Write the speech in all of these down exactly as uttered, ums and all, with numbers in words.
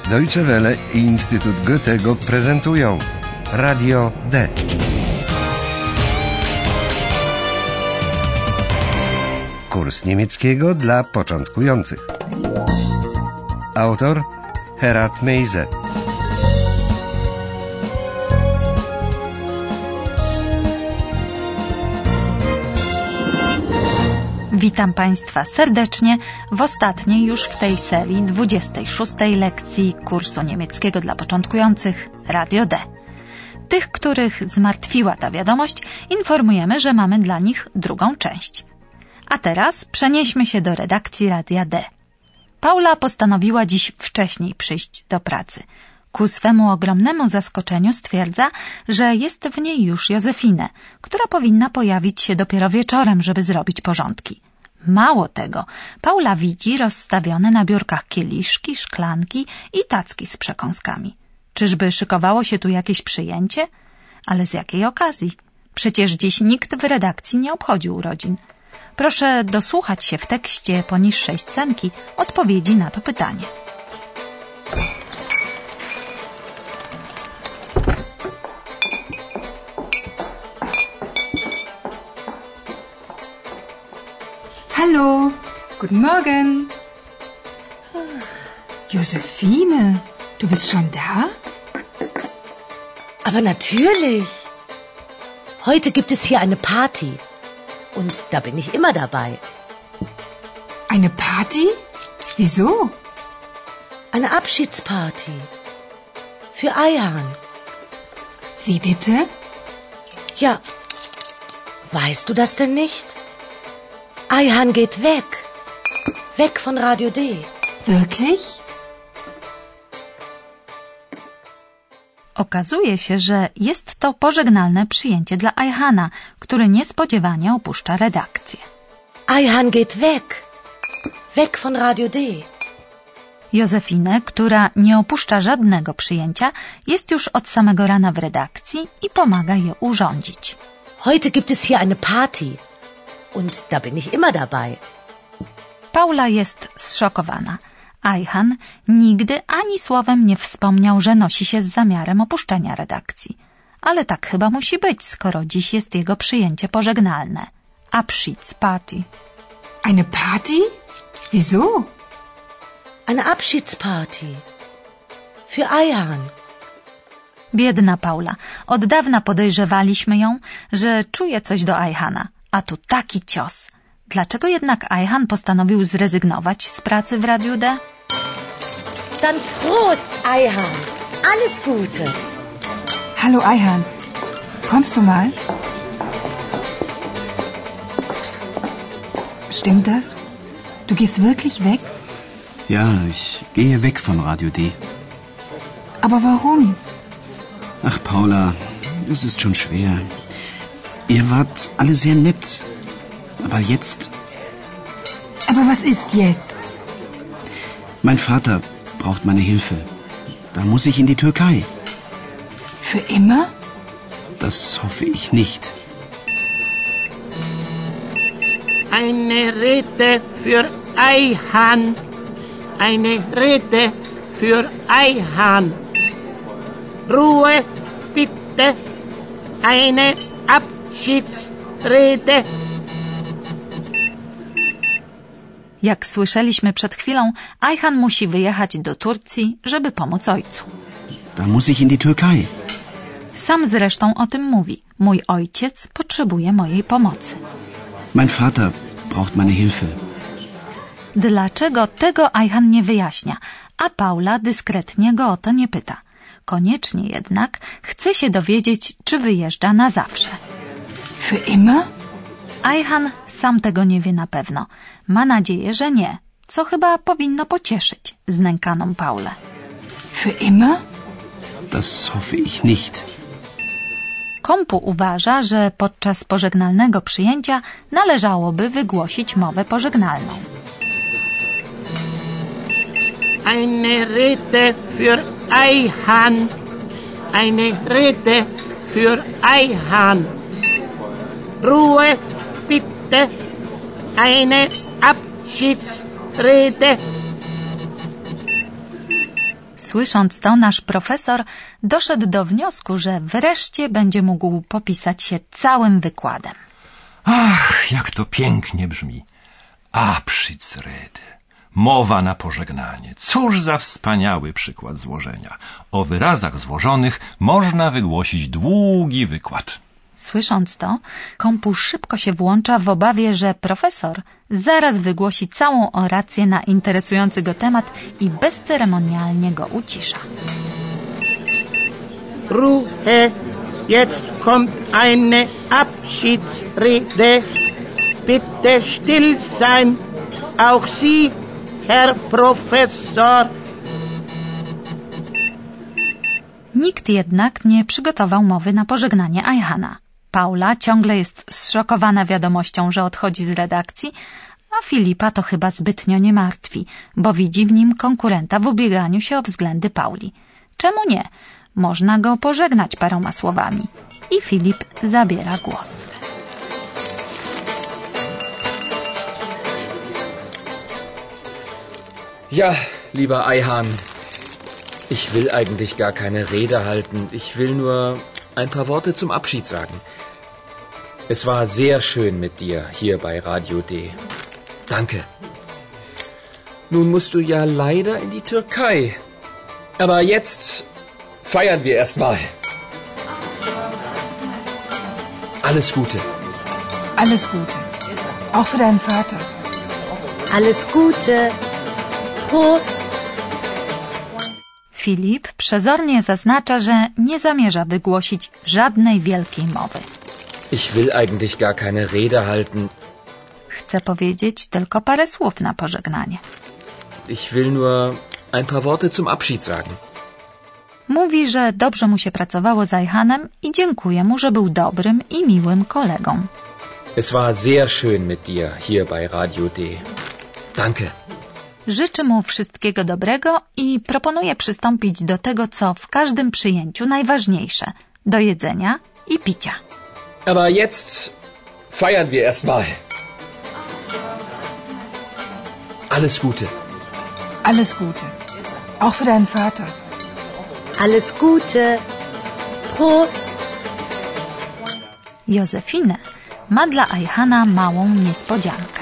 Deutsche Welle i Instytut Goethego prezentują Radio D. Kurs niemieckiego dla początkujących. Autor Herat Meize. Witam Państwa serdecznie w ostatniej już w tej serii dwudziestej szóstej lekcji kursu niemieckiego dla początkujących Radio D. Tych, których zmartwiła ta wiadomość, informujemy, że mamy dla nich drugą część. A teraz przenieśmy się do redakcji Radia D. Paula postanowiła dziś wcześniej przyjść do pracy. Ku swemu ogromnemu zaskoczeniu stwierdza, że jest w niej już Józefinę, która powinna pojawić się dopiero wieczorem, żeby zrobić porządki. Mało tego, Paula widzi rozstawione na biurkach kieliszki, szklanki i tacki z przekąskami. Czyżby szykowało się tu jakieś przyjęcie? Ale z jakiej okazji? Przecież dziś nikt w redakcji nie obchodził urodzin. Proszę dosłuchać się w tekście poniższej scenki odpowiedzi na to pytanie. Hallo, guten Morgen. Josephine, du bist schon da? Aber natürlich. Heute gibt es hier eine Party. Und da bin ich immer dabei. Eine Party? Wieso? Eine Abschiedsparty. Für Ayhan. Wie bitte? Ja, weißt du das denn nicht? Ayhan geht weg. Weg von Radio D. Wirklich? Okazuje się, że jest to pożegnalne przyjęcie dla Ayhana, który niespodziewanie opuszcza redakcję. Ayhan geht weg. Weg von Radio D. Józefinę, która nie opuszcza żadnego przyjęcia, jest już od samego rana w redakcji i pomaga je urządzić. Heute gibt es hier eine Party. Und da bin ich immer dabei. Paula jest zszokowana. Ayhan nigdy ani słowem nie wspomniał, że nosi się z zamiarem opuszczenia redakcji. Ale tak chyba musi być, skoro dziś jest jego przyjęcie pożegnalne. Abschiedsparty. Eine Party? Wieso? Eine Abschiedsparty. Für Ayhan. Biedna Paula. Od dawna podejrzewaliśmy ją, że czuje coś do Ayhana. A tu taki cios. Dlaczego jednak Ayhan postanowił zrezygnować z pracy w Radiu D? Dann Prost, Ayhan. Alles Gute. Hallo Ayhan, kommst du mal? Stimmt das? Du gehst wirklich weg? Ja, ich gehe weg von Radio D. Aber warum? Ach, Paula, es ist schon schwer. Ihr wart alle sehr nett. Aber jetzt... Aber was ist jetzt? Mein Vater braucht meine Hilfe. Da muss ich in die Türkei. Für immer? Das hoffe ich nicht. Eine Rede für Ayhan. Eine Rede für Ayhan. Ruhe, bitte. Eine Abschiedsrede. Jak słyszeliśmy przed chwilą, Ayhan musi wyjechać do Turcji, żeby pomóc ojcu. Da muss ich in die Türkei. Sam zresztą o tym mówi. Mój ojciec potrzebuje mojej pomocy. Mein Vater braucht meine Hilfe. Dlaczego tego Ayhan nie wyjaśnia, a Paula dyskretnie go o to nie pyta. Koniecznie jednak chce się dowiedzieć, czy wyjeżdża na zawsze. Für immer? Ayhan sam tego nie wie na pewno. Ma nadzieję, że nie, co chyba powinno pocieszyć znękaną Paulę. Für immer? Das hoffe ich nicht. Kompu uważa, że podczas pożegnalnego przyjęcia należałoby wygłosić mowę pożegnalną. Eine Rede für Ayhan. Eine Rede für Ayhan. Ruhe, bitte. Eine Abschiedsrede. Słysząc to, nasz profesor doszedł do wniosku, że wreszcie będzie mógł popisać się całym wykładem. Ach, jak to pięknie brzmi. Abschiedsrede. Mowa na pożegnanie. Cóż za wspaniały przykład złożenia. O wyrazach złożonych można wygłosić długi wykład. Słysząc to, Kompu szybko się włącza w obawie, że profesor zaraz wygłosi całą orację na interesujący go temat i bezceremonialnie go ucisza. Ruhe, jetzt kommt eine Abschiedsrede. Bitte still sein, auch Sie, Herr Professor. Nikt jednak nie przygotował mowy na pożegnanie Ayhana. Paula ciągle jest zszokowana wiadomością, że odchodzi z redakcji, a Filipa to chyba zbytnio nie martwi, bo widzi w nim konkurenta w ubieganiu się o względy Pauli. Czemu nie? Można go pożegnać paroma słowami. I Filip zabiera głos. Ja, lieber Ayhan, ich will eigentlich gar keine Rede halten. Ich will nur ein paar Worte zum Abschied sagen. Es war sehr schön mit dir hier bei Radio D. Danke. Nun musst du ja leider in die Türkei. Aber jetzt feiern wir erst mal. Alles Gute. Alles Gute. Auch für deinen Vater. Alles Gute. Prost. Filip przezornie zaznacza, że nie zamierza wygłosić żadnej wielkiej mowy. Ich will eigentlich gar keine Rede halten. Chce powiedzieć tylko parę słów na pożegnanie. Ich will nur ein paar Worte zum Abschied sagen. Mówi, że dobrze mu się pracowało z Ayhanem i dziękuję mu, że był dobrym i miłym kolegą. Es war sehr schön mit dir hier bei Radio D. Danke. Życzy mu wszystkiego dobrego i proponuje przystąpić do tego, co w każdym przyjęciu najważniejsze, do jedzenia i picia. Aber jetzt feiern wir erst mal. Alles Gute. Alles Gute. Auch für deinen Vater. Alles Gute. Prost. Józefinę ma dla Ayhana małą niespodziankę.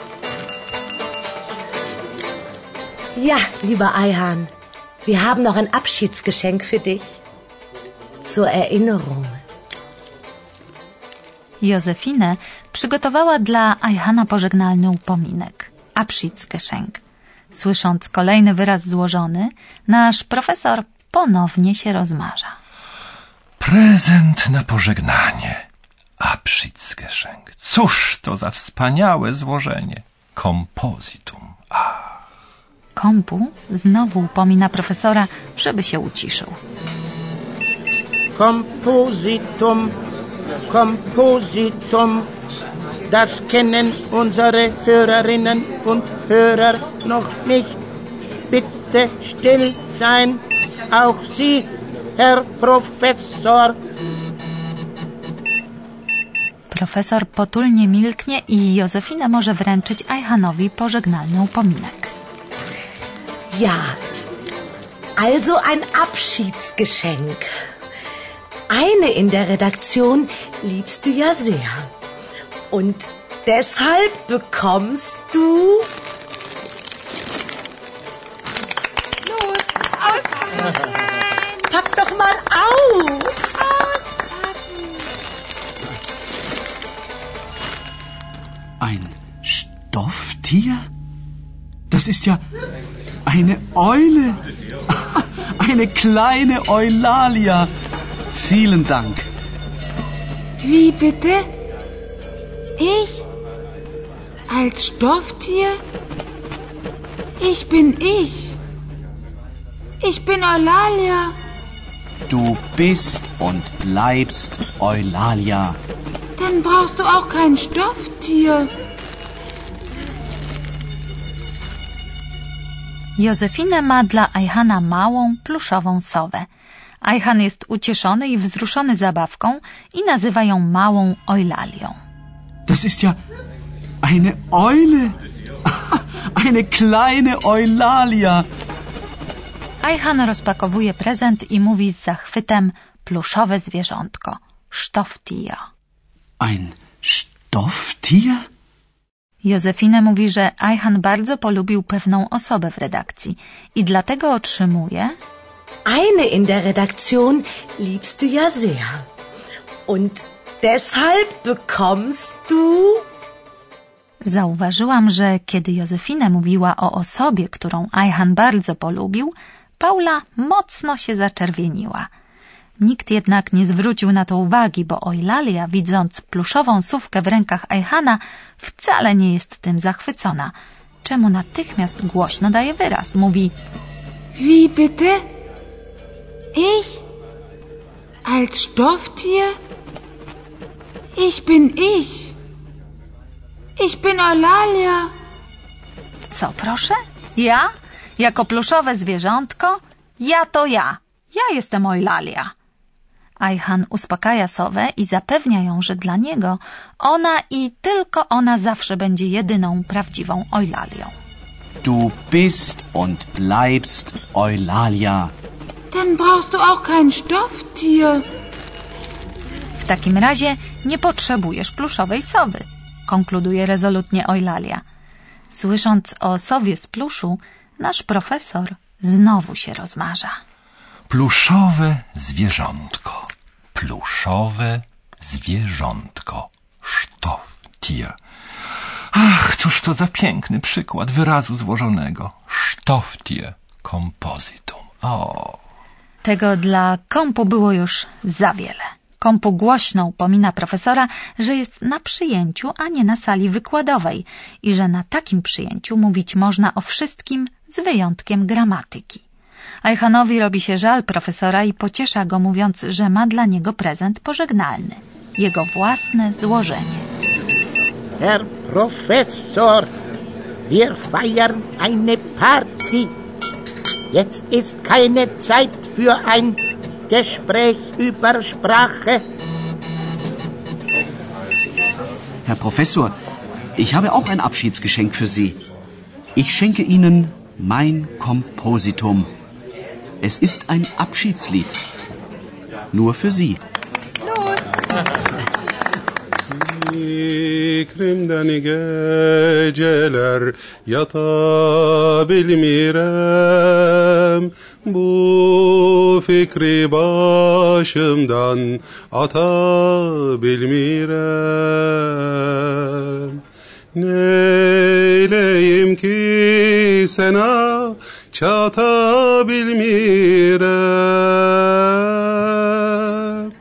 Ja, lieber Ayhan, wir haben noch ein Abschiedsgeschenk für dich. Zur Erinnerung. Józefinę przygotowała dla Ayhana pożegnalny upominek. Abschiedsgeschenk. Słysząc kolejny wyraz złożony, nasz profesor ponownie się rozmarza. Prezent na pożegnanie. Abschiedsgeschenk. Cóż to za wspaniałe złożenie. Kompozytum. A. Kompu znowu upomina profesora, żeby się uciszył. Kompositum, Kompositum, das kennen unsere Hörerinnen und Hörer noch nicht. Bitte still sein, auch Sie, Herr Professor. Profesor potulnie milknie i Józefina może wręczyć Ayhanowi pożegnalny upominek. Ja, also ein Abschiedsgeschenk. Eine in der Redaktion liebst du ja sehr. Und deshalb bekommst du... Los, auspacken! Pack doch mal auf! Auspacken! Ein Stofftier? Das ist ja eine Eule. Eine kleine Eulalia. Vielen Dank. Wie bitte? Ich? Als Stofftier? Ich bin ich. Ich bin Eulalia. Du bist und bleibst Eulalia. Dann brauchst du auch kein Stofftier. Józefina ma dla Ayhana małą, pluszową sowę. Ayhan jest ucieszony i wzruszony zabawką i nazywa ją małą Eulalią. Das ist ja eine Eule. Eine kleine Eulalia. Ayhan rozpakowuje prezent i mówi z zachwytem: pluszowe zwierzątko. Stofftier. Ein Stofftier? Józefine mówi, że Ayhan bardzo polubił pewną osobę w redakcji i dlatego otrzymuje... Eine in der Redaktion liebst du ja sehr. Und deshalb bekommst du... Zauważyłam, że kiedy Józefine mówiła o osobie, którą Ayhan bardzo polubił, Paula mocno się zaczerwieniła. Nikt jednak nie zwrócił na to uwagi, bo Eulalia, widząc pluszową sówkę w rękach Ayhana, wcale nie jest tym zachwycona, czemu natychmiast głośno daje wyraz. Mówi: Wie bitte? Ich? Als Stofftier? Ich bin ich. Ich bin Eulalia. Co, proszę? Ja? Jako pluszowe zwierzątko? Ja to ja. Ja jestem Eulalia. Ayhan uspokaja sowę i zapewnia ją, że dla niego ona i tylko ona zawsze będzie jedyną prawdziwą Eulalią. Du bist und bleibst Eulalia. Dann brauchst du auch kein Stofftier. W takim razie nie potrzebujesz pluszowej sowy, konkluduje rezolutnie Eulalia. Słysząc o sowie z pluszu, nasz profesor znowu się rozmarza. Pluszowe zwierzątko. Pluszowe zwierzątko. Stofftier. Ach, cóż to za piękny przykład wyrazu złożonego. Stofftier compositum. O. Tego dla kompu było już za wiele. Kompu głośno upomina profesora, że jest na przyjęciu, a nie na sali wykładowej i że na takim przyjęciu mówić można o wszystkim z wyjątkiem gramatyki. Ayhanowi robi się żal profesora i pociesza go, mówiąc, że ma dla niego prezent pożegnalny. Jego własne złożenie. Herr Professor, wir feiern eine Party. Jetzt ist keine Zeit für ein Gespräch über Sprache. Herr Professor, ich habe auch ein Abschiedsgeschenk für Sie. Ich schenke Ihnen mein Kompositum. Es ist ein Abschiedslied. Nur für Sie. Los! Fikrimden geceler yatabilmirem, bu fikri başımdan atabilmirem. Neyleyim ki sana çatabilmirem.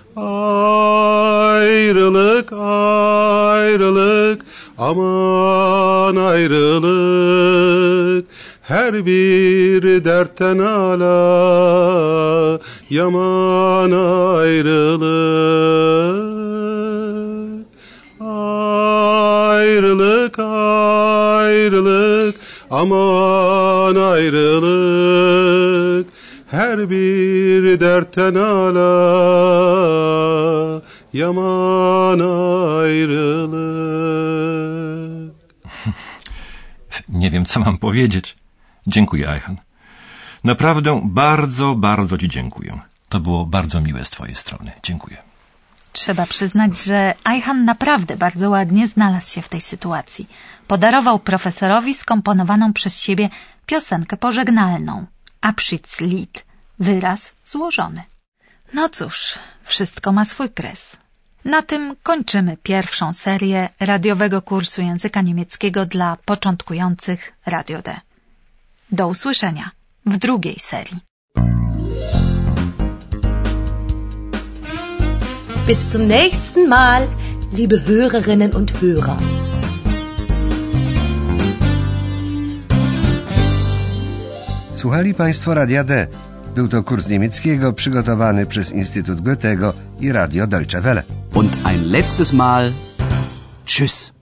Ayrılık, ayrılık, aman ayrılık. Her bir dertten ala, yaman ayrılık. Ayrılık, ayrılık, aman ayrılık. Her bir dertten ala, yaman ayrılık. Nie wiem, co mam powiedzieć. Dziękuję, Ayhan. Naprawdę bardzo, bardzo ci dziękuję. To było bardzo miłe z twojej strony. Dziękuję. Trzeba przyznać, że Ayhan naprawdę bardzo ładnie znalazł się w tej sytuacji. Podarował profesorowi skomponowaną przez siebie piosenkę pożegnalną. Abschiedslied. Wyraz złożony. No cóż, wszystko ma swój kres. Na tym kończymy pierwszą serię radiowego kursu języka niemieckiego dla początkujących Radio D. Do usłyszenia w drugiej serii. Bis zum nächsten Mal, liebe Hörerinnen und Hörer. Słuchali Państwo Radia D. Był to kurs niemieckiego przygotowany przez Instytut Goethego i Radio Deutsche Welle. Und ein letztes Mal. Tschüss.